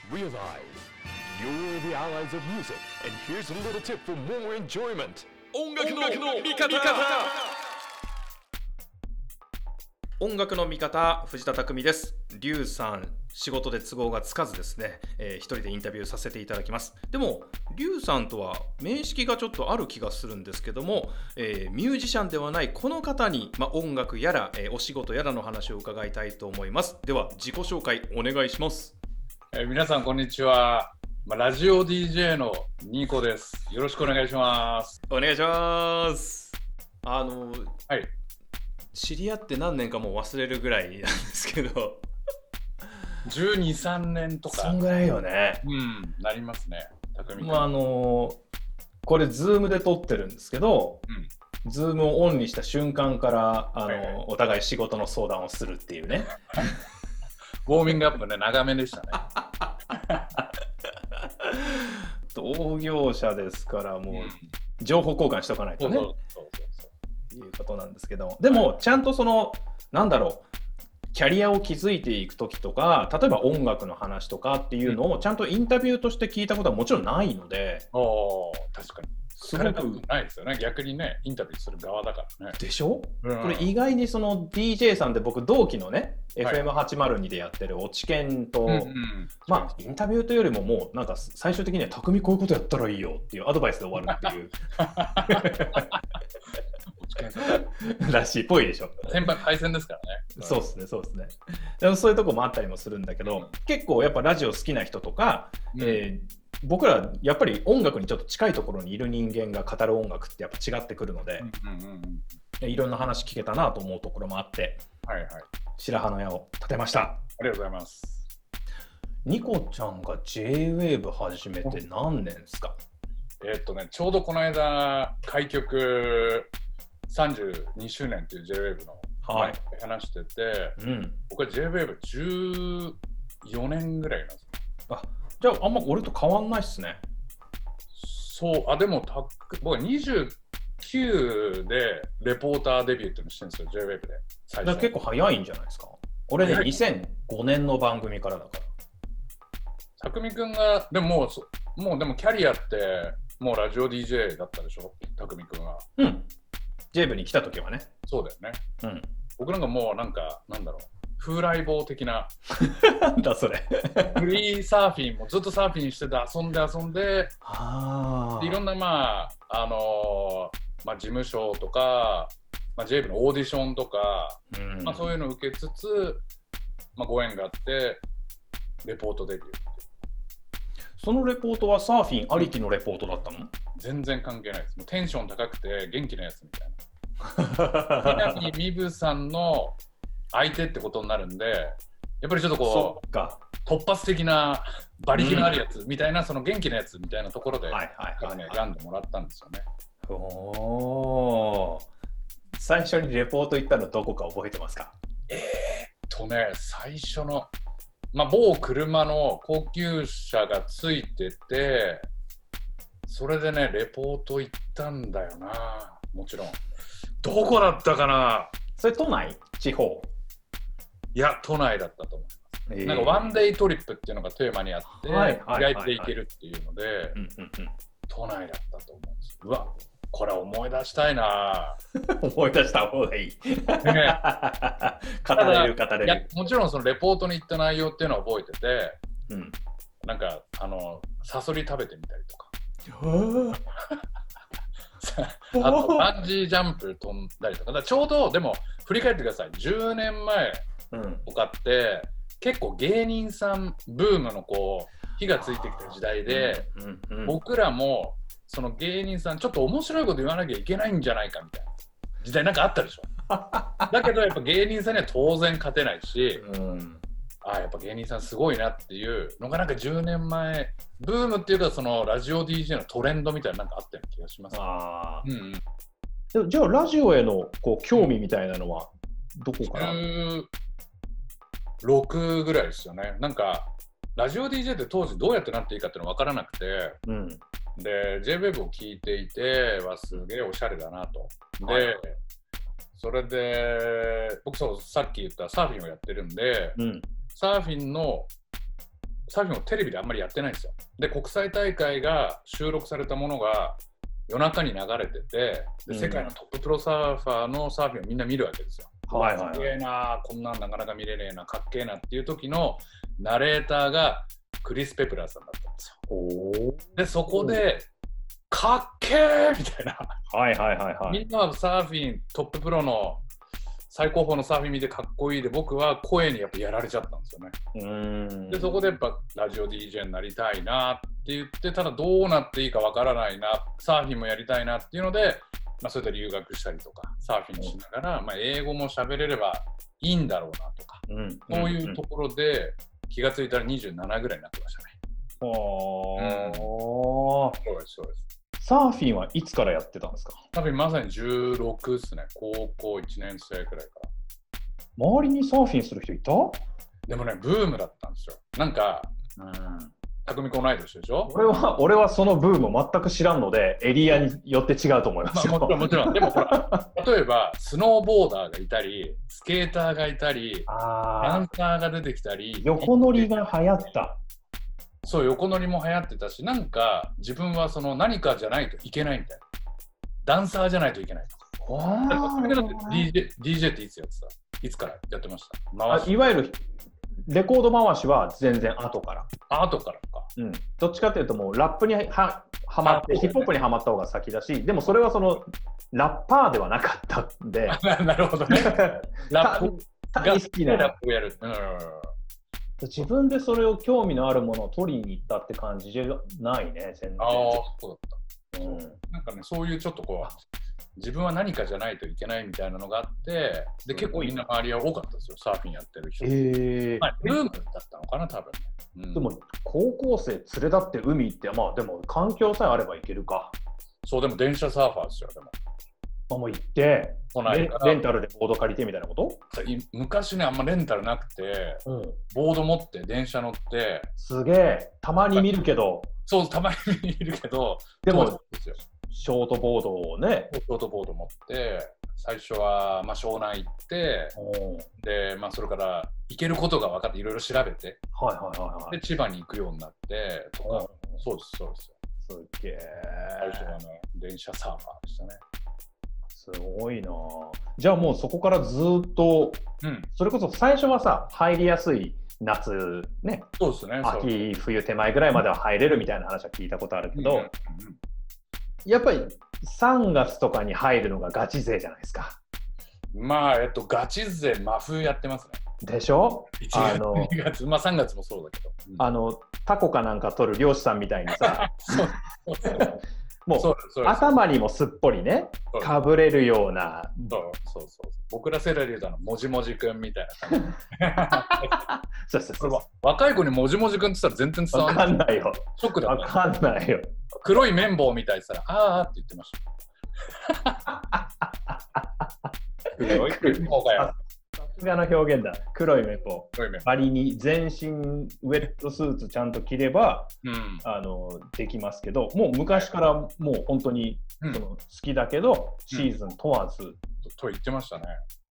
Realize you're the allies of music, and here's a little tip for more enjoyment. 音楽の味方。 音楽の味方、藤田匠です。リュウさん、仕事で都合がつかずですね、一人でインタビューさせていただきます。でもリュウさんとは面識がちょっとある気がするんですけども、ミュージシャンではないこの方に、音楽やら、お仕事やらの話を伺いたいと思います。では自己紹介お願いします。 皆さんこんにちは。ラジオ DJ のニコです。よろしくお願いします。 お願いします。 はい。 知り合って何年かもう忘れるぐらいなんですけど 12、3年とかそんぐらいよね。 なりますね。匠君。 これズームで撮ってるんですけど、ズームをオンにした瞬間からお互い仕事の相談をするっていうねウォーミングアップね、長めでしたね同業者ですからもう情報交換しとかないとね、いうことなんですけど、でもちゃんとキャリアを築いていくときとか、例えば音楽の話とかっていうのをちゃんとインタビューとして聞いたことはもちろんないので、 確かにすごくないですよね。逆にね、インタビューする側だからね。 でしょ、これ意外にその DJ さんで僕同期のね、FM802 でやってる落研と、インタビューというよりももうなんか最終的には匠こういうことやったらいいよっていうアドバイスで終わるっていうらしいっぽいでしょ。 先輩パイセンですからね。 そうですね、そうですね。でもそういうとこもあったりもするんだけど、結構やっぱラジオ好きな人とか、僕らやっぱり音楽にちょっと近いところにいる人間が語る音楽ってやっぱ違ってくるので、いろんな話聞けたなと思うところもあって、白羽の矢を立てました。 ありがとうございます。 ニコちゃんが J-Wave 始めて何年ですか？ ちょうどこの間開局32周年っていう J-Wave の話してて、僕は J-Wave14 年ぐらいなんですよ。 じゃああんま俺と変わんないっすね。 そう、でも僕は29でレポーターデビューっていうのしてるんですよ、J-Wave で。最初結構早いんじゃないですか。俺ね、2005年の番組からだから。 匠くんが、でもでもキャリアってもうラジオ DJ だったでしょ、匠くんは。 J-Wave に来た時はね。 そうだよね。僕なんかもう風来坊的ななんだそれフリーサーフィンもずっとサーフィンしてて遊んでいろんな事務所とか、J-Wave のオーディションとか、そういうのを受けつつ、ご縁があってレポートデビュー。 そのレポートはサーフィンありきのレポートだったの？ 全然関係ないです。もうテンション高くて元気なやつみたいな南美舞さんの相手ってことになるんで、やっぱりちょっと突発的な馬力のあるやつみたいな、その元気なやつみたいなところで選んでもらったんですよね。 最初にレポート行ったのどこか覚えてますか？ 最初の某車の高級車がついてて、それでねレポート行ったんだよな。もちろんどこだったかな。 それ都内？地方？ いや都内だったと思います。なんかワンデイトリップっていうのがテーマにあって、日帰りで行けるっていうので、都内だったと思うんです。うわ、これ思い出したいな思い出した方がいい、語れる。いやもちろんそのレポートに行った内容っていうのは覚えてて、なんかサソリ食べてみたりとかあとバンジージャンプ飛んだりとか。ちょうどでも振り返ってください。10年前とかって、結構芸人さんブームの火がついてきた時代で、僕らもその芸人さんちょっと面白いこと言わなきゃいけないんじゃないかみたいな時代なんかあったでしょだけどやっぱ芸人さんには当然勝てないし、やっぱ芸人さんすごいなっていうのがなんか10年前ブームっていうか、そのラジオ DJ のトレンドみたいななんかあったような気がします。 じゃあラジオへの興味みたいなのはどこから ？16ぐらいですよね。なんかラジオ DJ って当時どうやってなっていいかっていうの分からなくて、で J-Wave を聞いていてすげえおしゃれだなと。でそれで僕さっき言ったサーフィンをやってるんで、サーフィンのサーフィンをテレビであんまりやってないんですよ。で、国際大会が収録されたものが夜中に流れてて、で世界のトッププロサーファーのサーフィンをみんな見るわけですよ。 はいはいはい、 かっけえな、こんなんなかなか見れねえな、かっけえなっていう時のナレーターがクリス・ペプラーさんだったんですよ。で、そこでかっけえみたいな、 はいはいはいはい、 みんなはサーフィントッププロの最高峰のサーフィン見てかっこいいで、僕は声にやっぱやられちゃったんですよね。で、そこでやっぱラジオ DJ になりたいなって言って、ただどうなっていいかわからないな、サーフィンもやりたいなっていうので、それで留学したりとかサーフィンしながら、英語も喋れればいいんだろうなとか、そういうところで気がついたら27ぐらいになってましたね。そうです、そうです。 サーフィンはいつからやってたんですか？ サーフィンまさに16ですね。高校1年生くらいから。 周りにサーフィンする人いた？ でもね、ブームだったんですよ。なんか、匠君同い年でしょ？ 俺はそのブームを全く知らんので、エリアによって違うと思いますよ。 もちろん。でもほら、例えば、スノーボーダーがいたり、スケーターがいたり、ダンサーが出てきたり。 横乗りが流行った。 そう、横乗りも流行ってたし、なんか自分はその何かじゃないといけないみたいな。ダンサーじゃないといけないとか。DJ っていつやってた？いつからやってました？ いわゆるレコード回しは全然後から。 後からか。 どっちかっていうともうラップにはまって、ヒップホップにはまった方が先だし、でもそれはそのラッパーではなかったんで。 なるほどね。ラップが好きな。 ラップをやる。 自分でそれを興味のあるものを取りに行ったって感じじゃないね、全然。 そうだった。なんかね、そういうちょっとこう、自分は何かじゃないといけないみたいなのがあって、で、結構みんな周りは多かったですよ、サーフィンやってる人。ブームだったのかな、多分。 でも、高校生連れ立って海行って、でも環境さえあれば行けるか。 そう、でも電車サーファーですよ、でも。 もう行ってレンタルでボード借りてみたいなこと？ 昔ね、あんまレンタルなくて、ボード持って電車乗って。 すげえ、たまに見るけど。 そう、たまに見るけど、 でもショートボードをね、 ショートボード持って最初は湘南行って、で、それから行けることが分かっていろいろ調べて、で千葉に行くようになってとか。そうです、そうです。 すげえ。 最初はね、電車サーファーでしたね。 すごいな。じゃあもうそこからずっと、それこそ最初はさ、入りやすい夏ね、 そうですね、 秋冬手前ぐらいまでは入れるみたいな話は聞いたことあるけど、やっぱり3月とかに入るのがガチ勢じゃないですか。 ガチ勢真冬やってますね。 でしょ ？1月、2月、3月もそうだけど、 タコかなんか取る漁師さんみたいにさもう頭にもすっぽりね、かぶれるような。 そう。僕ら世代で言うともじもじくんみたいな感じ。若い子にもじもじくんって言ったら全然伝わらない。分かんないよ。 ショックだった。 分かんないよ。 黒い綿棒みたいって言ったら、あーって言ってました。黒い綿棒がよ。 さすがの表現だ。黒い綿棒。割に全身ウェットスーツちゃんと着れば、できますけど、もう昔からもう本当に好きだけど、シーズン問わず。 と言ってましたね。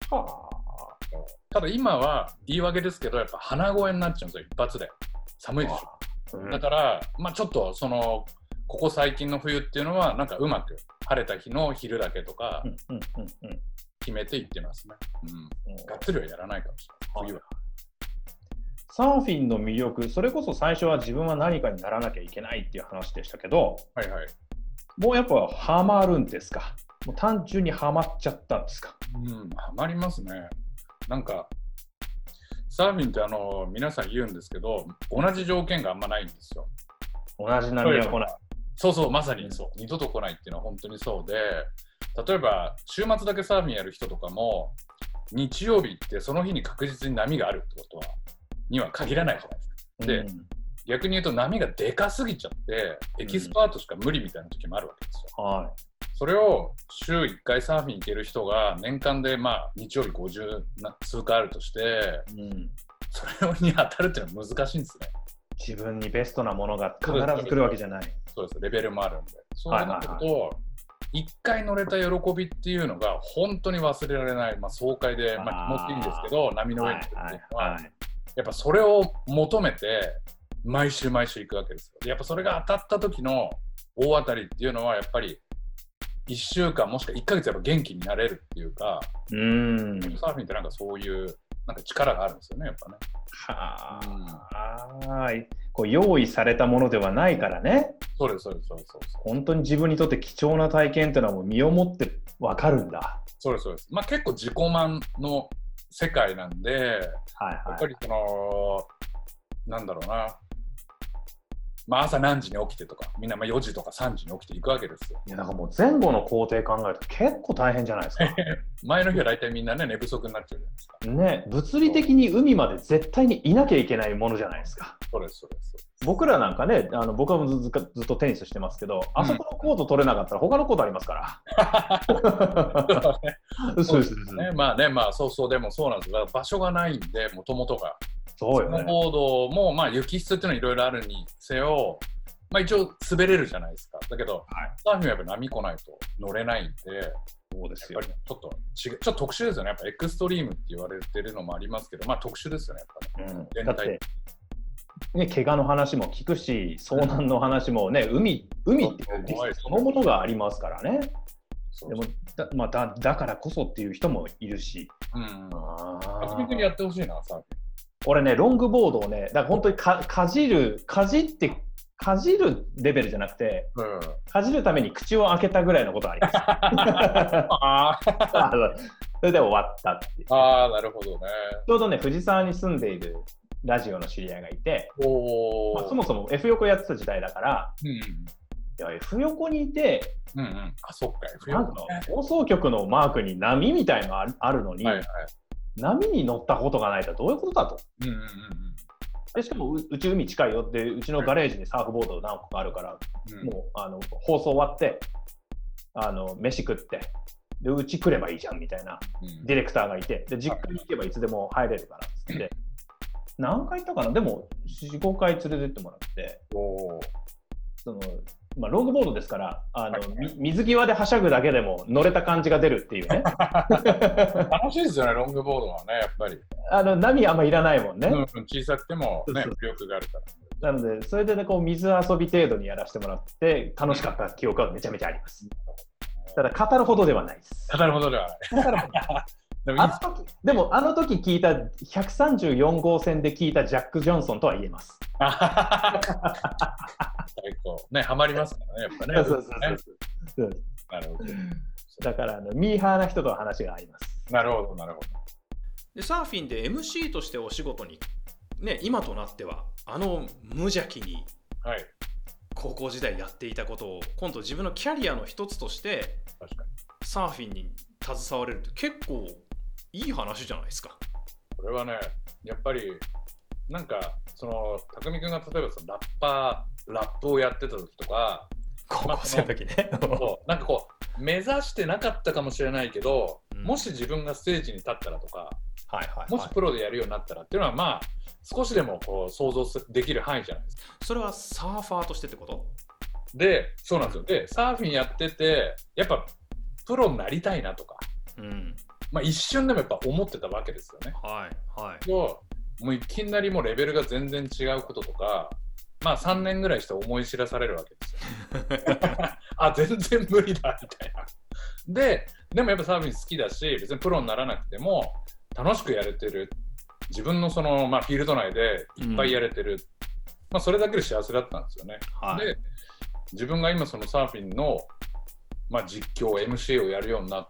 ただ今は言い訳ですけど、やっぱ鼻声になっちゃうんですよ、一発で。寒いでしょ。だから、ちょっとここ最近の冬っていうのは、なんかうまく晴れた日の昼だけとか決めていってますね。がっつりはやらないかもしれない、冬は。 サーフィンの魅力、それこそ最初は自分は何かにならなきゃいけないっていう話でしたけど、もうやっぱハマるんですか？もう単純にハマっちゃったんですか？ ハマりますね。なんかサーフィンって皆さん言うんですけど、同じ条件があんまないんですよ。 同じ波が来ない。 そう、まさにそう。二度と来ないっていうのは本当にそうで、例えば週末だけサーフィンやる人とかも、日曜日ってその日に確実に波があるってことには限らないじゃないですか。で、逆に言うと波がでかすぎちゃって、エキスパートしか無理みたいな時もあるわけですよ。それを週1回サーフィン行ける人が年間で日曜日50数回あるとして、それに当たるっていうのは難しいんですね。 自分にベストなものが必ず来るわけじじゃない。 そうです、レベルもあるんで。そうなると、1回乗れた喜びっていうのが本当に忘れられない、爽快で、気持ちいいんですけど、波の上に乗るっていうのは、やっぱそれを求めて毎週毎週行くわけですよ。やっぱそれが当たった時の大当たりっていうのはやっぱり1週間もしくは1ヶ月やっぱ元気になれるっていうか、サーフィンってなんかそういうなんか力があるんですよね、やっぱね。 こう用意されたものではないからね。 そうです。 本当に自分にとって貴重な体験っていうのはもう身をもって分かるんだ。 そうです。まあ結構自己満の世界なんで、やっぱりそのなんだろうな。まあ朝何時に起きてとか、みんな4時とか3時に起きていくわけですよ。 いや、だからもう前後の工程考えると結構大変じゃないですか。 前の日は大体みんなね、寝不足になっちゃうじゃないですか。 ね、物理的に海まで絶対にいなきゃいけないものじゃないですか。 そうです。 僕らなんかね、僕はずっとテニスしてますけど、あそこのコート取れなかったら他のコートありますから。 そうですね。まあそうでもそうなんですが、場所がないんで、もともとが。 そうよね。 スノーボードもまあ雪質っていうのはいろいろあるにせよ、まあ一応滑れるじゃないですか。だけど、サーフィンはやっぱ波来ないと乗れないんで、 そうですよ。 やっぱりちょっと特殊ですよね。やっぱエクストリームって言われてるのもありますけど、まあ特殊ですよね、やっぱり。 だってね、怪我の話も聞くし、遭難の話もね、海っていうリスクそのものがありますからね。でもだからこそっていう人もいるし。 あつみくんにやってほしいな、サーフィン。 俺ね、ロングボードをね、だから本当にかじるレベルじゃなくて、かじるために口を開けたぐらいのことあります。それで終わったっていう。 なるほどね。 ちょうどね、藤沢に住んでいるラジオの知り合いがいて、そもそも F 横やってた時代だから、いや F 横にいて、 あ、そっか、F 横放送局のマークに波みたいのがあるのに、波に乗ったことがないとどういうことだと。でしかもうち海近いよって、うちのガレージにサーフボード何個かあるから、もう放送終わって飯食ってでうち来ればいいじゃんみたいなディレクターがいて、で実家に行けばいつでも入れるからっつって何回行ったかな、でも 4,5 回連れてってもらって、ロングボードですから水際ではしゃぐだけでも乗れた感じが出るっていうね。 楽しいですよね、ロングボードはね、やっぱり。 波あんまいらないもんね。 小さくてもね、浮力があるから。 なので、それでね、こう水遊び程度にやらせてもらって楽しかった記憶はめちゃめちゃあります。ただ語るほどではないです。 語るほどではない。 でもあの時聞いた134号線で聞いたジャック・ジョンソンとは言えます。 最高ね、ハマりますからね、やっぱね。なるほど。 だからミーハーな人とは話が合います。 なるほど。 でサーフィンで MC としてお仕事にね、今となっては無邪気に高校時代やっていたことを今度自分のキャリアの一つとしてサーフィンに携われるって結構いい話じゃないですか。 これはね、やっぱりなんかその匠君が例えばそのラップをやってた時とか、 高校生の時ね、 なんかこう目指してなかったかもしれないけど、もし自分がステージに立ったらとか、もしプロでやるようになったらっていうのはまあ少しでもこう想像できる範囲じゃないですか。 それはサーファーとしてってことで、そうなんですよ。でサーフィンやっててやっぱプロになりたいなとか、まあ一瞬でもやっぱ思ってたわけですよね。もういきなりもうレベルが全然違うこととか、まあ3年ぐらいして思い知らされるわけですよ。あ、全然無理だみたいな。でもやっぱサーフィン好きだし、別にプロにならなくても楽しくやれてる。自分のその、まあ、フィールド内でいっぱいやれてる。まあそれだけで幸せだったんですよね。で、自分が今そのサーフィンの、まあ、実況、MC をやるようになって、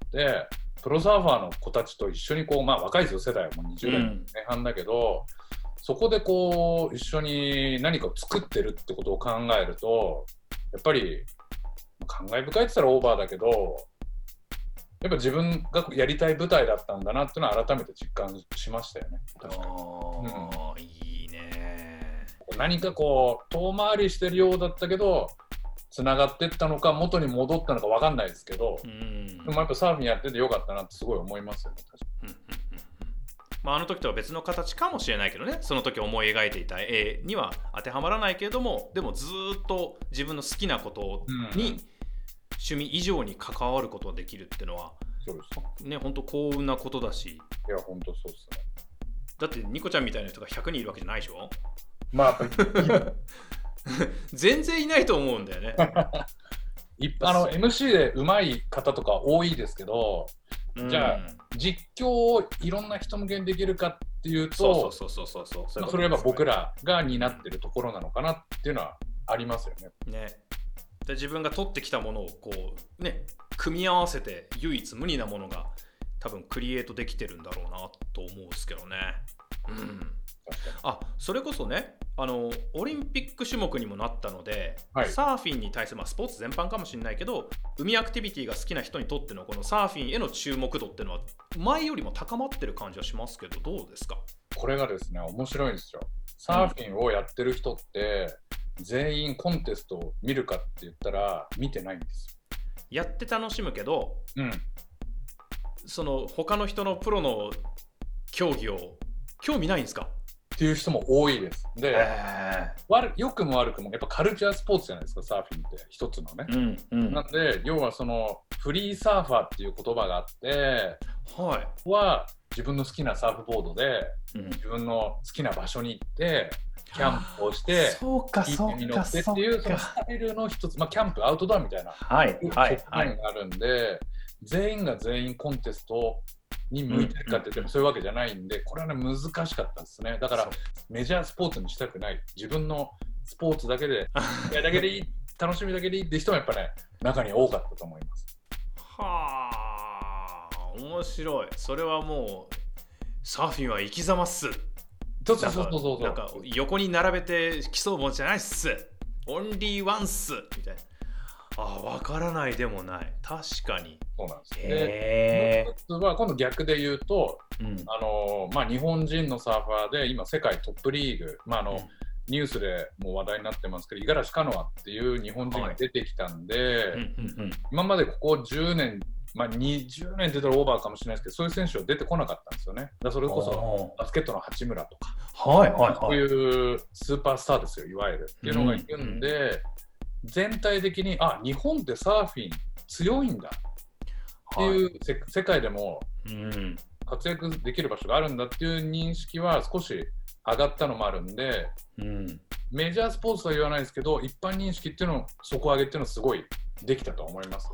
プロサーファーの子たちと一緒にこう、まあ若いですよ、世代はもう20代前半だけど、そこでこう一緒に何かを作ってるってことを考えると、やっぱり感慨深いって言ったらオーバーだけど、やっぱ自分がやりたい舞台だったんだなっていうのは改めて実感しましたよね。確かに。 いいね。 何かこう遠回りしてるようだったけど、つながってったのか元に戻ったのか分かんないですけど、でもやっぱサーフィンやっててよかったなってすごい思いますよね。 まあ、あの時とは別の形かもしれないけどね、その時思い描いていた絵には当てはまらないけれども、でもずっと自分の好きなことに趣味以上に関わることができるっていうのは、ね、本当幸運なことだし。 いや本当そうですね。 だってニコちゃんみたいな人が100人いるわけじゃないでしょ。 まあやっぱり全然いないと思うんだよね。 MC で上手い方とか多いですけど、じゃあ実況をいろんな人向けにできるかっていうと、それは僕らが担ってるところなのかなっていうのはありますよね。 で自分が取ってきたものをこうね組み合わせて唯一無二なものが多分クリエイトできてるんだろうなと思うんですけどね。それこそねオリンピック種目にもなったので、サーフィンに対する、スポーツ全般かもしれないけど海アクティビティが好きな人にとってのこのサーフィンへの注目度っていうのは前よりも高まってる感じはしますけど、どうですか？ これがですね面白いんですよ。サーフィンをやってる人って、全員コンテストを見るかって言ったら見てないんですよ。 やって楽しむけど、その他の人のプロの競技を興味ないんですかっていう人も多いです。で、良くも悪くもやっぱカルチャースポーツじゃないですか、サーフィンって一つのね。なんで要はそのフリーサーファーっていう言葉があって、自分の好きなサーフボードで、自分の好きな場所に行ってキャンプをして木に乗ってっていうそのスタイルの一つ、キャンプアウトドアみたいな側面があるんで、全員が全員コンテストに向いてるかって言ってもそういうわけじゃないんで、これはね難しかったですね。だからメジャースポーツにしたくない、自分のスポーツだけでだけでいい楽しみだけでいいって人もやっぱね中に多かったと思います。 面白い。それはもうサーフィンは生き様っす。なんか横に並べて競うもんじゃないっす。オンリーワンっすみたいな。分からないでもない。確かに。 そうなんですね。今度逆で言うと、日本人のサーファーで今世界トップリーグ、ニュースでも話題になってますけど、五十嵐カノアっていう日本人が出てきたんで、今までここ10年、20年出たらオーバーかもしれないですけど、そういう選手は出てこなかったんですよね。それこそバスケットの八村とか、そういうスーパースターですよ、いわゆるっていうのがいるんで、全体的に日本ってサーフィン強いんだっていう、世界でも活躍できる場所があるんだっていう認識は少し上がったのもあるんで、メジャースポーツとは言わないですけど、一般認識っていうのを底上げっていうのはすごいできたと思います。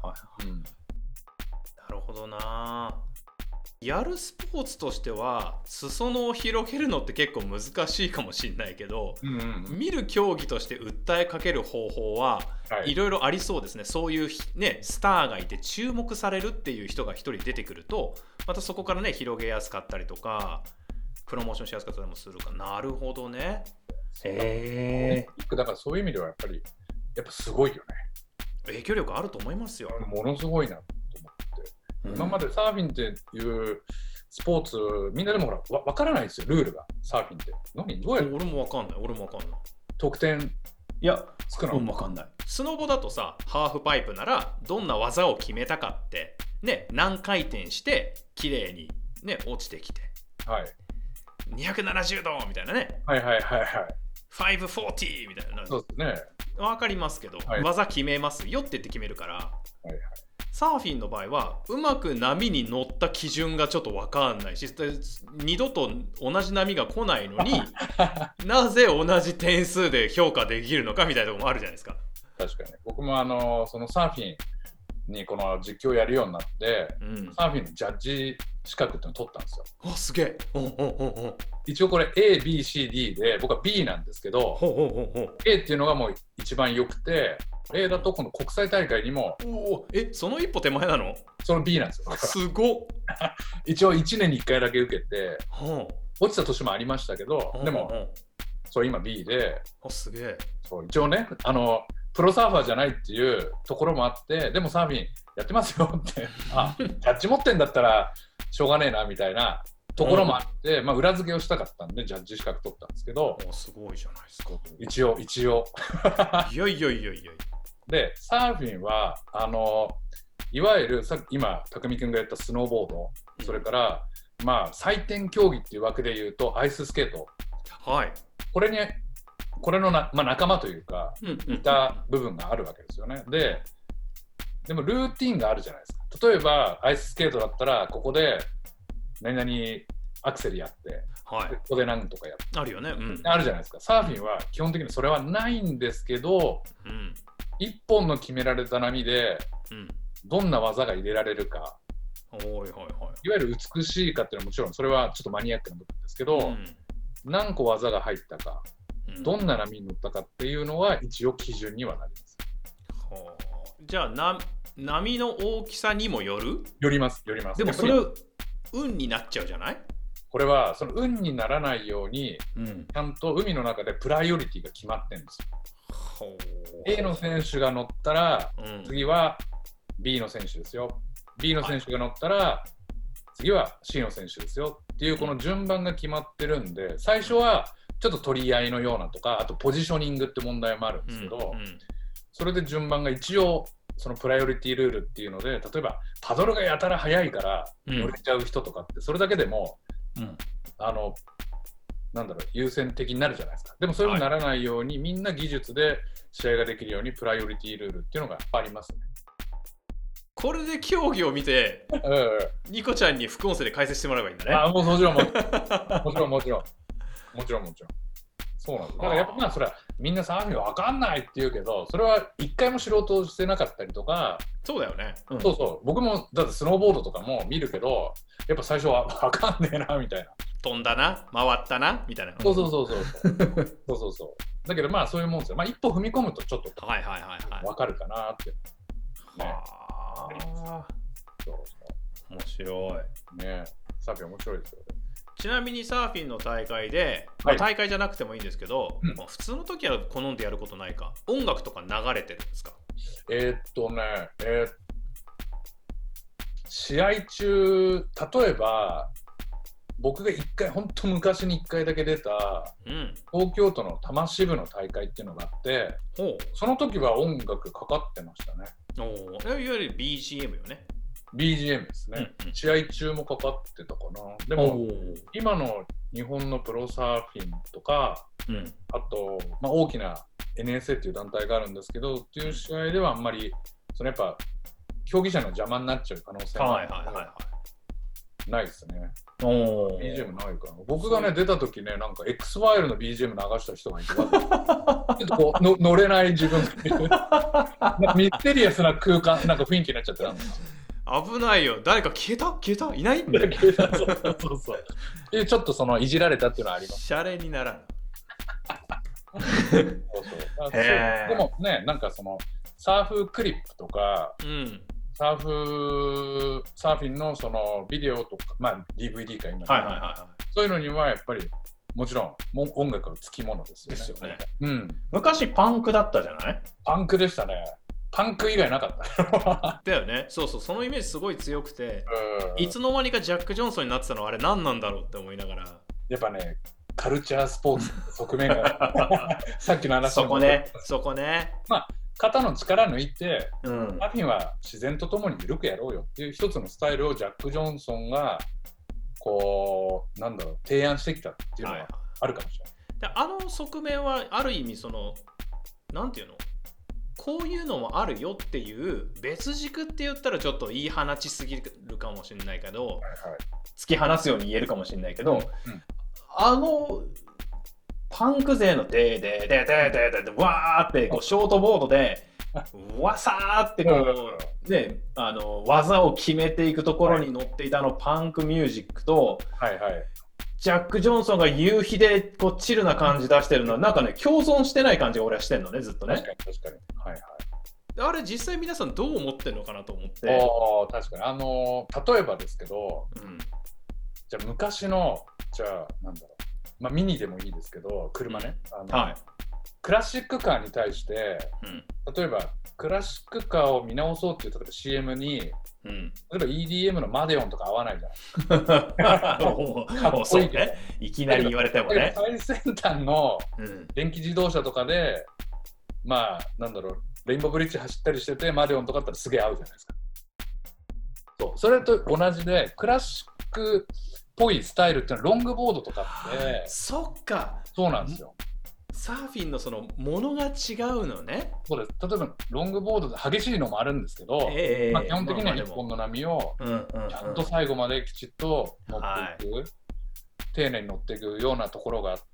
なるほどな。やるスポーツとしては裾野を広げるのって結構難しいかもしれないけど、見る競技として訴えかける方法はいろいろありそうですね。そういうねスターがいて注目されるっていう人が一人出てくると、またそこからね広げやすかったりとかプロモーションしやすかったりもするか。なるほどね。 だからそういう意味ではやっぱすごいよね。 影響力あると思いますよ。 ものすごいなと思って。今までサーフィンっていうスポーツみんなでも分からないですよ、ルールが。サーフィンってどうやって。 俺も分かんない。 得点つくの分かんない。スノボだとさ、ハーフパイプならどんな技を決めたかってね、何回転して綺麗にね落ちてきて、270度みたいなね、540みたいな、 そうですね、 分かりますけど、技決めますよって言って決めるから、サーフィンの場合はうまく波に乗った基準がちょっと分かんないし、二度と同じ波が来ないのになぜ同じ点数で評価できるのかみたいなところもあるじゃないですか。 確かに僕もそのサーフィンにこの実況をやるようになって、サーフィンのジャッジ資格っていうのを取ったんですよ。 すげえ。 一応これ A、B、C、D で僕は B なんですけど、A っていうのがもう一番良くて、A だとこの国際大会にも。 その一歩手前なの？ その B なんですよ。 すごっ。 一応1年に1回だけ受けて、落ちた年もありましたけど、でもそれ今 B で、 すげえ。 一応ねプロサーファーじゃないっていうところもあって、でもサーフィンやってますよってジャッジ持ってんだったらしょうがねえなみたいなところもあって、裏付けをしたかったんでジャッジ資格取ったんですけど。 すごいじゃないですか。 一応いやでサーフィンはいわゆる今匠君が言ったスノーボード、それから採点競技っていう枠で言うとアイススケート、これの仲間というかいた部分があるわけですよね。でもルーティンがあるじゃないですか。例えばアイススケートだったらここで何々 アクセルやって、 はい、 ここでなんとかやって。 あるよね、うん。 あるじゃないですか。サーフィンは基本的にそれはないんですけど、 うん、 一本の決められた波で、うん、どんな技が入れられるか、 はいはいはい、 いわゆる美しいかっていうのはもちろんそれはちょっとマニアックな部分ですけど、うん、何個技が入ったか、うん、どんな波に乗ったかっていうのは一応基準にはなります。 じゃあ波の大きさにもよる？ よります。 でもそれ運になっちゃうじゃない？ これはその運にならないように、うん、ちゃんと海の中でプライオリティが決まってるんですよ。A の選手が乗ったら、うん、次は B の選手ですよ。B の選手が乗ったら、はい、次は C の選手ですよっていうこの順番が決まってるんで、最初はちょっと取り合いのようなとか、あとポジショニングって問題もあるんですけど、うんうん、それで順番が一応そのプライオリティルールっていうので、例えばパドルがやたら速いから乗れちゃう人とかってそれだけでも、うん、なんだろう、優先的になるじゃないですか。でもそういうふうにならないように、はい、みんな技術で試合ができるようにプライオリティルールっていうのがありますね。 これで競技を見て、ニコちゃんに副音声で解説してもらえばいいんだね。 あ、もちろんそうなんです。だからやっぱまあそれはみんなサーフィンわかんないって言うけど、それは一回も知ろうとしてなかったりとか。 そうだよね、 うん、そうそう。僕もだってスノーボードとかも見るけど、やっぱ最初はわかんねえなみたいな。 飛んだな、回ったなみたいな。 そうだけどまあそういうもんですよ。まあ一歩踏み込むとちょっとわかるかなって。ね。 面白い。 ね、サーフィン面白いですよね。 ちなみにサーフィンの大会で、まあ、大会じゃなくてもいいんですけど、まあ、普通の時は好んでやることないか、音楽とか流れてるんですか？ 試合中、例えば僕が本当昔に1回だけ出た、うん、東京都の多摩支部の大会っていうのがあって、その時は音楽かかってましたね。 いわゆる BGM よね。 BGM ですね、うんうん、試合中もかかってたかな。でも今の日本のプロサーフィンとか、うん、あと、まあ、大きな NSA っていう団体があるんですけどっていう試合ではあんまりそのやっぱ競技者の邪魔になっちゃう可能性がないですね。BGM ないかな。僕がね出た時ね、なんか X ファイルの BGM 流した人がいてちょっとこう乗れない自分がミステリアスな空間、なんか雰囲気になっちゃってなんです危ないよ。誰か消えたいないんだよ。 そうでちょっとそのいじられたっていうのはあります。 シャレにならん。 でもね、なんかそのサーフクリップとか、うん、サーフィンのそのビデオとか、まあ DVD か今、そういうのにはやっぱりもちろん音楽のつきものですよね。 うん、昔パンクだったじゃない？ パンクでしたね。パンク以外なかっただよね。そうそのイメージすごい強くて、いつの間にかジャック・ジョンソンになってたのはあれ何なんだろうって思いながら、 やっぱねカルチャースポーツの側面がさっきの話そこねまあ肩の力抜いて、サーフィンは自然とともに緩くやろうよっていう一つのスタイルをジャック・ジョンソンがこうなんだろう提案してきたっていうのはあるかもしれない、 あの側面はある意味そのなんていうの、こういうのもあるよっていう別軸って言ったらちょっと言い放ちすぎるかもしれないけど、突き放すように言えるかもしれないけど、あのパンク勢のでわーってこうショートボードでわさーってこうね、技を決めていくところに乗っていたあのパンクミュージックと、ジャック・ジョンソンが夕日でこうチルな感じ出してるのはなんかね共存してない感じが俺はしてんのね、ずっとね。 確かにあれ実際皆さんどう思ってるのかなと思って。 確かに例えばですけど、じゃあ昔のなんだろう、まあミニでもいいですけど車ね、クラシックカーに対して、例えばクラシックカーを見直そうっていう例えば CM に、例えば EDM のマデオンとか合わないじゃないですか。かっこいいね。 いきなり言われてもね。 最先端の電気自動車とかで、まあなんだろう、レインボーブリッジ走ったりしててマデオンとかだったらすげえ合うじゃないですか。それと同じでクラシックっぽいスタイルっていうのはロングボードとかって、 そっか、 そうなんですよ。 サーフィンのそのものが違うのね。 そうです。例えばロングボードで激しいのもあるんですけど、基本的には日本の波をちゃんと最後まできちっと持っていく。 丁寧に乗っていくようなところがあって、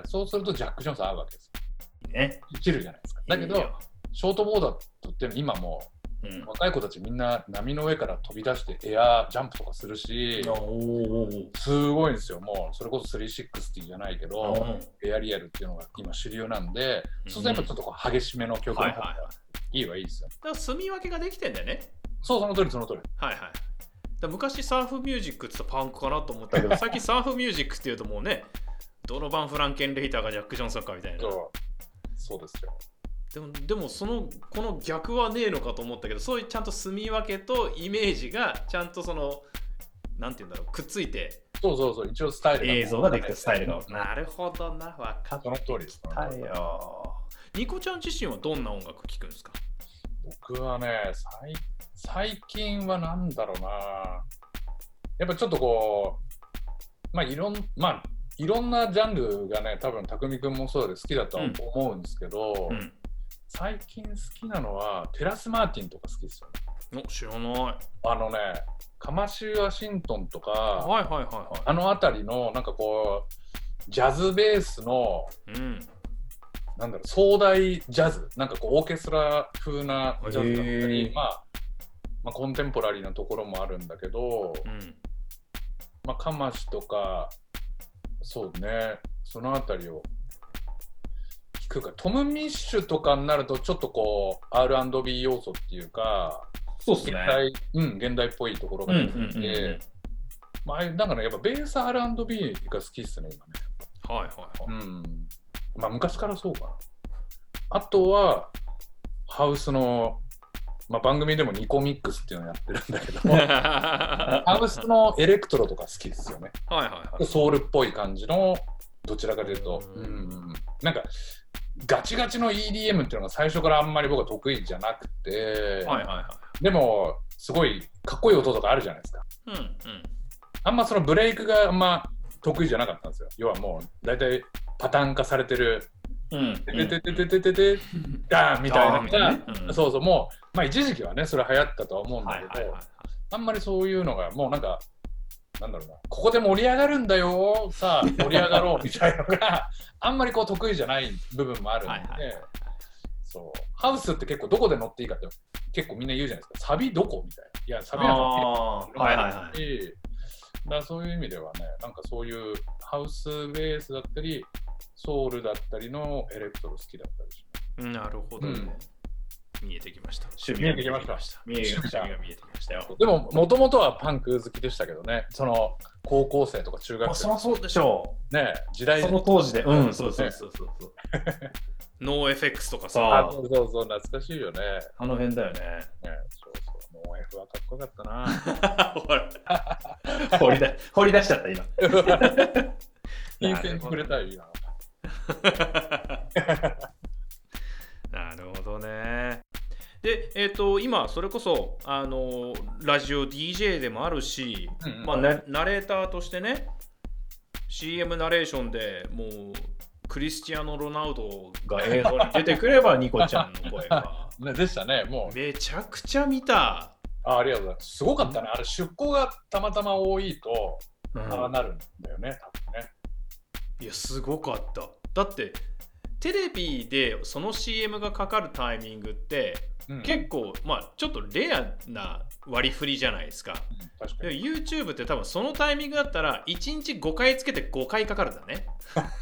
そうするとジャック・ジョンソン合うわけです。 ね。 生きるじゃないですか。だけど、ショートボードっていうの今もう、若い子たちみんな波の上から飛び出してエアジャンプとかするし、すごいんですよ。もうそれこそ360じゃないけど、エアリアルっていうのが今主流なんで、そうするとやっぱちょっとこう激しめの曲の方がいいはいいですよ。 だから住み分けができてんだよね。 そう、その通りその通り。 はいはい。だ昔サーフミュージックって言ったらパンクかなと思ったけど、最近サーフミュージックっていうともうね、ドノバン・フランケンレイターがジャック・ジョンソンかみたいな。 そうですよ。 でもこの逆はねえのかと思ったけど、そういうちゃんと住み分けとイメージがちゃんとそのなんていうんだろう、くっついて、 そう一応スタイル映像ができたスタイルが、なるほどな、分かった。 その通りです。 はいよ。ニコちゃん自身はどんな音楽聴くんですか？ 僕はね、最近はなんだろうな、やっぱちょっとこう、いろんなジャンルがね、多分匠君もそうで好きだとは思うんですけど、最近好きなのはテラス・マーティンとか好きですよね。 知らない。 カマシュ・ワシントンとか、 あの辺りのなんかこうジャズベースの、なんだろう、壮大ジャズ、なんかこうオーケストラ風なジャズだったり、コンテンポラリーなところもあるんだけど、カマシとか、そうね、そのあたりを聞くか。トム・ミッシュとかになるとちょっとこう R&B 要素っていうか、 そうっすね、 現代っぽいところが出てきて、だからやっぱベース R&B が好きっすね今ね。昔からそうかな。あとはハウスの、番組でもニコミックスっていうのをやってるんだけどハウスのエレクトロとか好きですよね。ソウルっぽい感じの、どちらかというと、なんかガチガチの EDM っていうのが最初からあんまり僕は得意じゃなくて、でもすごいかっこいい音とかあるじゃないですか。あんまそのブレイクがあんま得意じゃなかったんですよ。要はもう大体パターン化されてるてててててててダーンみたいなのが、そうそうもう一時期はねそれ流行ったとは思うんだけど、あんまりそういうのがもうなんかなんだろうな、ここで盛り上がるんだよ、さあ盛り上がろうみたいなのがあんまりこう得意じゃない部分もあるんで、そうハウスって結構どこで乗っていいかって結構みんな言うじゃないですか。サビどこみたいな。いやサビはサビだし、だからそういう意味ではね、なんかそういうハウスベースだったりソウルだったりのエレクトロ好きだったりします。 なるほどね。見えてきました。 見えてきました。 趣味が見えてきましたよ。 でももともとはパンク好きでしたけどね。その高校生とか中学生。 そうでしょう。ね、時代その当時で。そう。ノーFXとかさ。 そう懐かしいよね。 あの辺だよね。 そうノー F はかっこよかったな。 掘り出しちゃった今。 金銭くれたいな。 なるほどね。で、今それこそラジオ DJ でもあるし、ナレーターとしてね CM ナレーションでもうクリスチアーノ・ロナウドが映像に出てくればニコちゃんの声がでしたね。もうめちゃくちゃ見た。 ありがとうございます。すごかったね。あれ出向がたまたま多いとああなるんだよね、多分ね。 いやすごかった。だってテレビでその CM がかかるタイミングって、結構ちょっとレアな割り振りじゃないですか。 確かに。 YouTube って多分そのタイミングだったら1日5回つけて5回かかるんだね。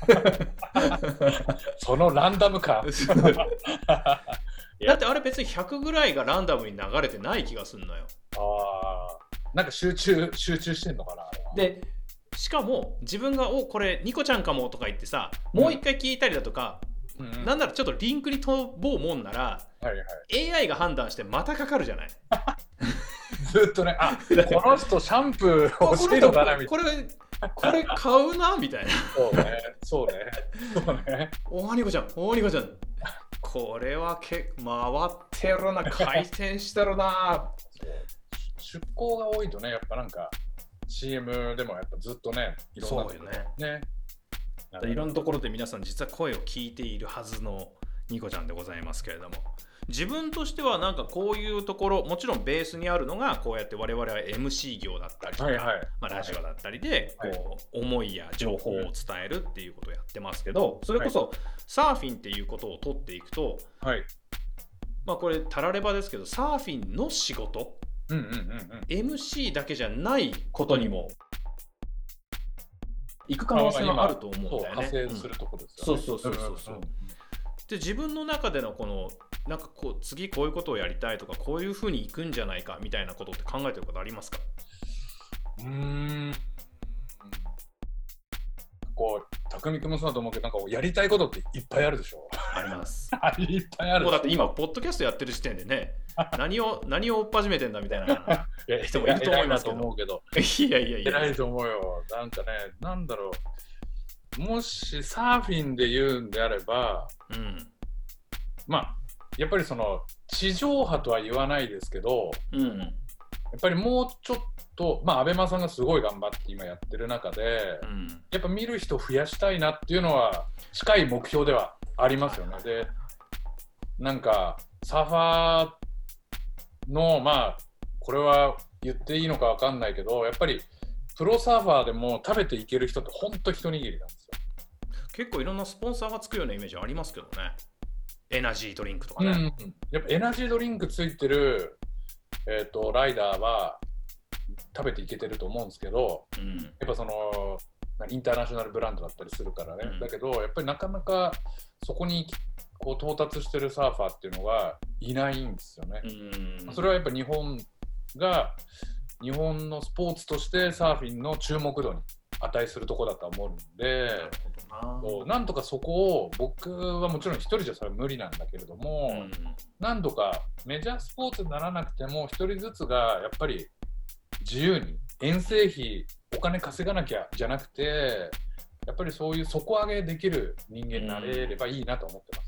そのランダム感。 だってあれ別に100ぐらいがランダムに流れてない気がするのよ。 なんか集中してんのかな。 でしかも自分がこれニコちゃんかもとか言ってさ、もう一回聞いたりだとか、なんならちょっとリンクに飛ぼうもんなら、AI が判断してまたかかるじゃない。 ずっとね、この人シャンプー欲しいのかなみたいな。 これ買うなみたいな。 そうね。 ニコちゃんこれは回ってるな、回転してるな。 出向が多いとね、やっぱなんかCM でもやっぱずっとね、いろんなそうよね。いろんなところで皆さん実は声を聞いているはずのニコちゃんでございますけれども、自分としてはなんかこういうところ、もちろんベースにあるのがこうやって我々は MC 業だったりとか、ラジオだったりでこう思いや情報を伝えるっていうことをやってますけど、それこそサーフィンっていうことを取っていくと、これタラレバですけど、サーフィンの仕事、MC だけじゃないことにも行く可能性があると思うんだよね。 派生するとこですよね。 そうで、自分の中でのこのなんかこう次こういうことをやりたいとか、こういうふうにいくんじゃないかみたいなことって考えてることありますか？ こう匠君もそうだと思うけど、なんかやりたいことっていっぱいあるでしょ。 あります。 いっぱいある。 もうだって今ポッドキャストやってる時点でね、何を追っ始めてんだみたいな人もいると思いますけど。いや偉いと思うよ。なんかね、なんだろう、もしサーフィンで言うんであれば、やっぱりその地上波とは言わないですけど、やっぱりもうちょっと、アベマさんがすごい頑張って今やってる中で、やっぱ見る人増やしたいなっていうのは近い目標ではありますよね。で、なんかサーファーのこれは言っていいのか分かんないけど、やっぱりプロサーファーでも食べていける人ってほんと一握りなんですよ。 結構いろんなスポンサーがつくようなイメージありますけどね。エナジードリンクとかね。 やっぱエナジードリンクついてる、ライダーは食べていけてると思うんですけど、やっぱそのインターナショナルブランドだったりするからね、だけどやっぱりなかなかそこにこう到達してるサーファーっていうのがいないんですよね。それはやっぱ日本のスポーツとしてサーフィンの注目度に値するところだと思うんで、なんとかそこを、僕はもちろん一人じゃそれは無理なんだけれども、何度かメジャースポーツにならなくても一人ずつがやっぱり自由に遠征費お金稼がなきゃじゃなくて、やっぱりそういう底上げできる人間になれればいいなと思ってます。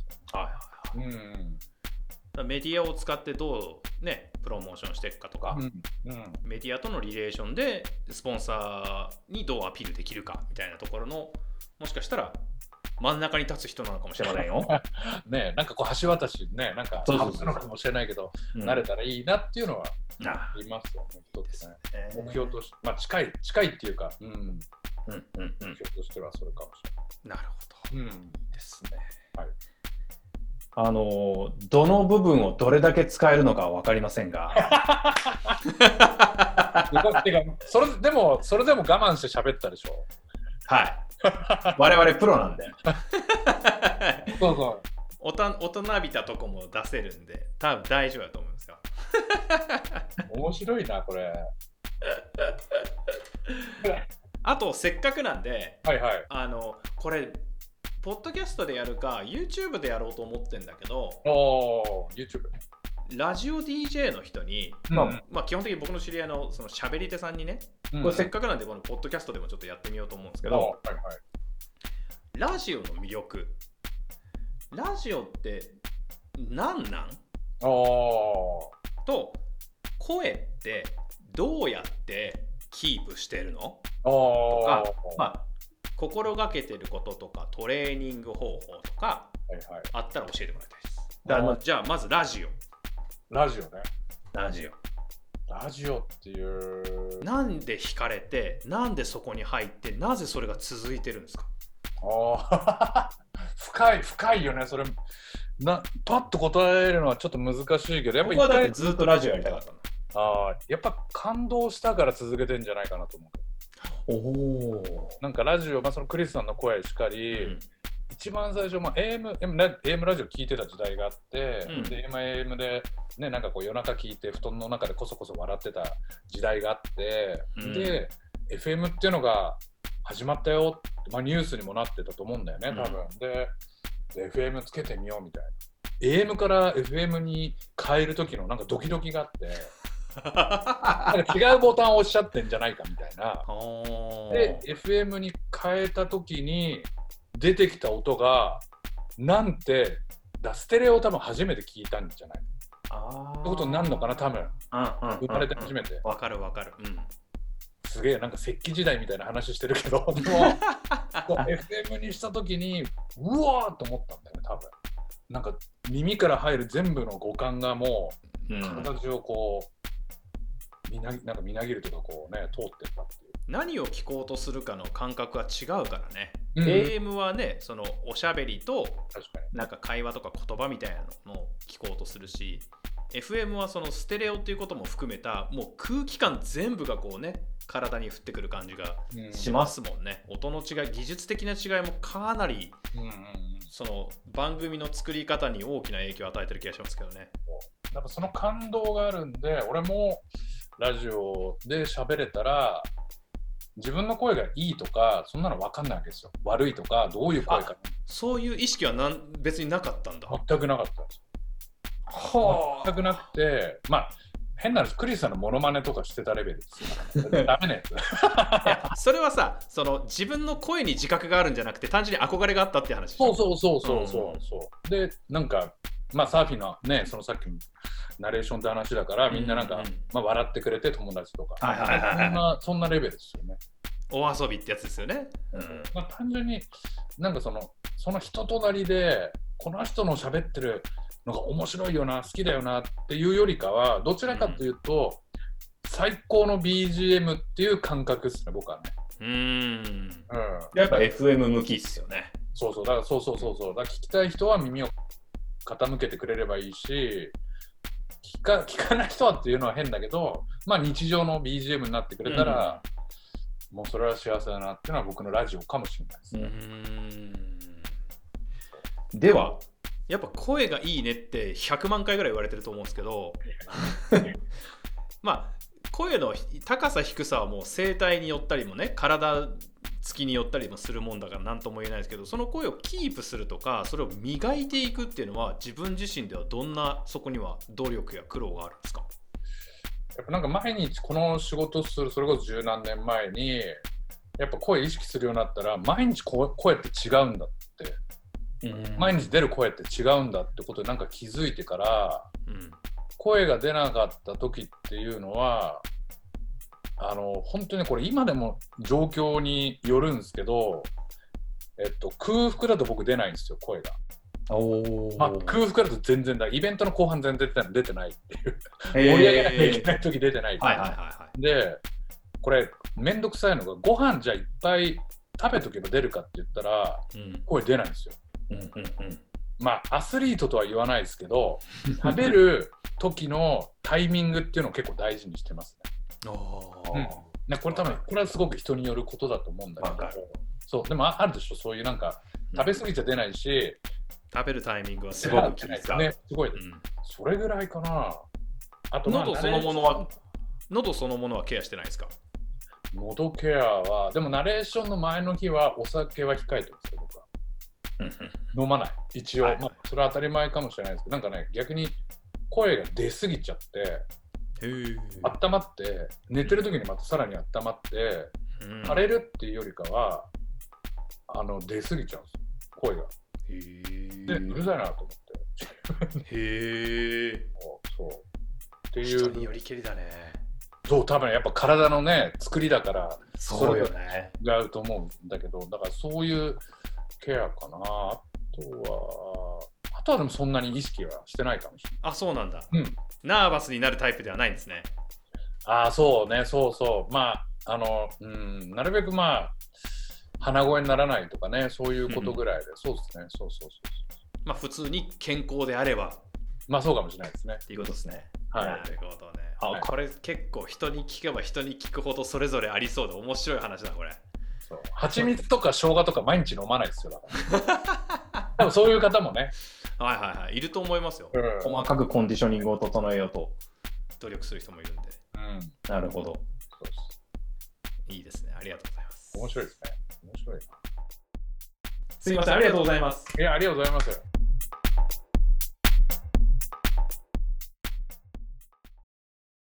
メディアを使ってどうねプロモーションしていくかとか、メディアとのリレーションでスポンサーにどうアピールできるかみたいなところの、もしかしたら真ん中に立つ人なのかもしれないよ。 ね、なんかこう橋渡しね、なんかハブなのかもしれないけど、慣れたらいいなっていうのはありますよね。一つね、目標として、近いっていうか、目標としてはそれかもしれない。 なるほど。ですね。 どの部分をどれだけ使えるのかは分かりませんがそれでも我慢して喋ったでしょ。 我々プロなんで大人びたとこも出せるんで多分大丈夫だと思うんですよ。 面白いなこれ。 あとせっかくなんで、これポッドキャストでやるか YouTube でやろうと思ってんだけど、 YouTube ラジオ DJ の人に、基本的に僕の知り合いのその喋り手さんにね、これせっかくなんでこのポッドキャストでもちょっとやってみようと思うんですけど、ラジオの魅力、ラジオって何なんと、声ってどうやってキープしてるのとか、心がけてることとかトレーニング方法とかあったら教えてもらいたいです。じゃあまずラジオね。ラジオっていうなんで惹かれて、なんでそこに入って、なぜそれが続いてるんですか？ 深いよねそれ。パッと答えるのはちょっと難しいけど、やっぱり僕はだってずっとラジオやりたかったの。 やっぱ感動したから続けてんじゃないかなと思う。なんかラジオ、そのクリスさんの声しかり、一番最初、AM ラジオ聞いてた時代があって、で AM で、ね、なんかこう夜中聞いて布団の中でこそこそ笑ってた時代があって、で FM っていうのが始まったよ、ニュースにもなってたと思うんだよね多分。で FM つけてみようみたいな、 AM から FM に変える時のなんかドキドキがあってなんか違うボタンを押しちゃってんじゃないかみたいな。で FM に変えた時に出てきた音がなんてステレオを多分初めて聞いたんじゃないってことになるのかな多分。生まれて初めて。 わかる、 すげえなんか石器時代みたいな話してるけどでもFM にした時にうわーと思ったんだよね多分。 なんか耳から入る全部の五感がもう体中をこうなんかみなぎるとかこうね通ってったっていう。 何を聞こうとするかの感覚は違うからね。AM はね、そのおしゃべりとなんか会話とか言葉みたいなのを聞こうとするし、FM はそのステレオっていうことも含めたもう空気感全部がこうね体に降ってくる感じがしますもんね。音の違い、技術的な違いもかなりその番組の作り方に大きな影響を与えてる気がしますけどね。 やっぱその感動があるんで、俺もラジオで喋れたら自分の声がいいとかそんなの分かんないわけですよ。悪いとかどういう声か。 そういう意識は別になかったんだ。 全くなかったです。全くなくて、まあ変な話、クリスさんのモノマネとかしてたレベルですよ。ダメなやつ。 いやそれはさ、その自分の声に自覚があるんじゃなくて単純に憧れがあったっていう話。 そう。で、なんかまあサーフィンのね、そのさっきのナレーションって話だから、みんななんか、まあ、笑ってくれて友達とか、そんなレベルですよね。 お遊びってやつですよね。 まあ、単純になんかその人となりでこの人の喋ってるのが面白いよな、好きだよなっていうよりかは、どちらかというと、最高の BGM っていう感覚ですね、僕はね。 やっぱ FM 向きっすよね。 だからそう。だから聞きたい人は耳を傾けてくれればいいし、聞かない人はっていうのは変だけど、まあ日常の BGM になってくれたら、もうそれは幸せだなっていうのは僕のラジオかもしれないですね。 ではやっぱ声がいいねって100万回ぐらい言われてると思うんですけどまあ声の高さ低さはもう声帯によったりもね、体つきによったりもするもんだから何とも言えないですけど、その声をキープするとかそれを磨いていくっていうのは自分自身ではどんなそこには努力や苦労があるんですか？ やっぱなんか毎日この仕事する、それこそ十何年前にやっぱ声意識するようになったら、毎日声って違うんだって、毎日出る声って違うんだってことでなんか気づいてから、声が出なかった時っていうのは本当にこれ今でも状況によるんですけど、空腹だと僕出ないんですよ、声が。まあ、空腹だと全然だ、イベントの後半全然出てないっていう盛り上げなきゃいけない時出てないっていう、でこれめんどくさいのが、ご飯じゃあいっぱい食べとけば出るかって言ったら、声出ないんですよ。まあアスリートとは言わないですけど食べる時のタイミングっていうのを結構大事にしてますね。これ多分これはすごく人によることだと思うんだけど、そうでもあるでしょ、そういうなんか食べ過ぎちゃ出ないし、 食べるタイミングはすごく気に使うね、すごい、それぐらいかな。あと喉そのものはケアしてないですか？ 喉ケアはでもナレーションの前の日はお酒は控えてますよ、僕は。飲まない一応、まあ、それは当たり前かもしれないですけど、なんかね、逆に声が出過ぎちゃって温まって寝てる時にまたさらに温まって腫れるっていうよりかは出過ぎちゃうんですよ、声が。でうるさいなと思ってそうっていう人によりけりだね。 そう、多分やっぱ体のね作りだからそうよね、 違うと思うんだけど、だからそういうケアかな。あとはでもそんなに意識はしてないかもしれない。 あ、そうなんだ。ナーバスになるタイプではないんですね。 そうね、そうまあなるべくまあ鼻声にならないとかね、そういうことぐらいで、そうですね、そうまあ普通に健康であればまあそうかもしれないですねっていうことですね。 はい。 なるほどね。これ結構人に聞けば人に聞くほどそれぞれありそうで面白い話だこれ。 蜂蜜とか生姜とか毎日飲まないですよ、だから多分そういう方もねいると思いますよ。 細かくコンディショニングを整えようと努力する人もいるんで。 なるほど。 いいですね、ありがとうございます。 面白いですね。面白いな。 すいません、ありがとうございます。 いや、ありがとうございます。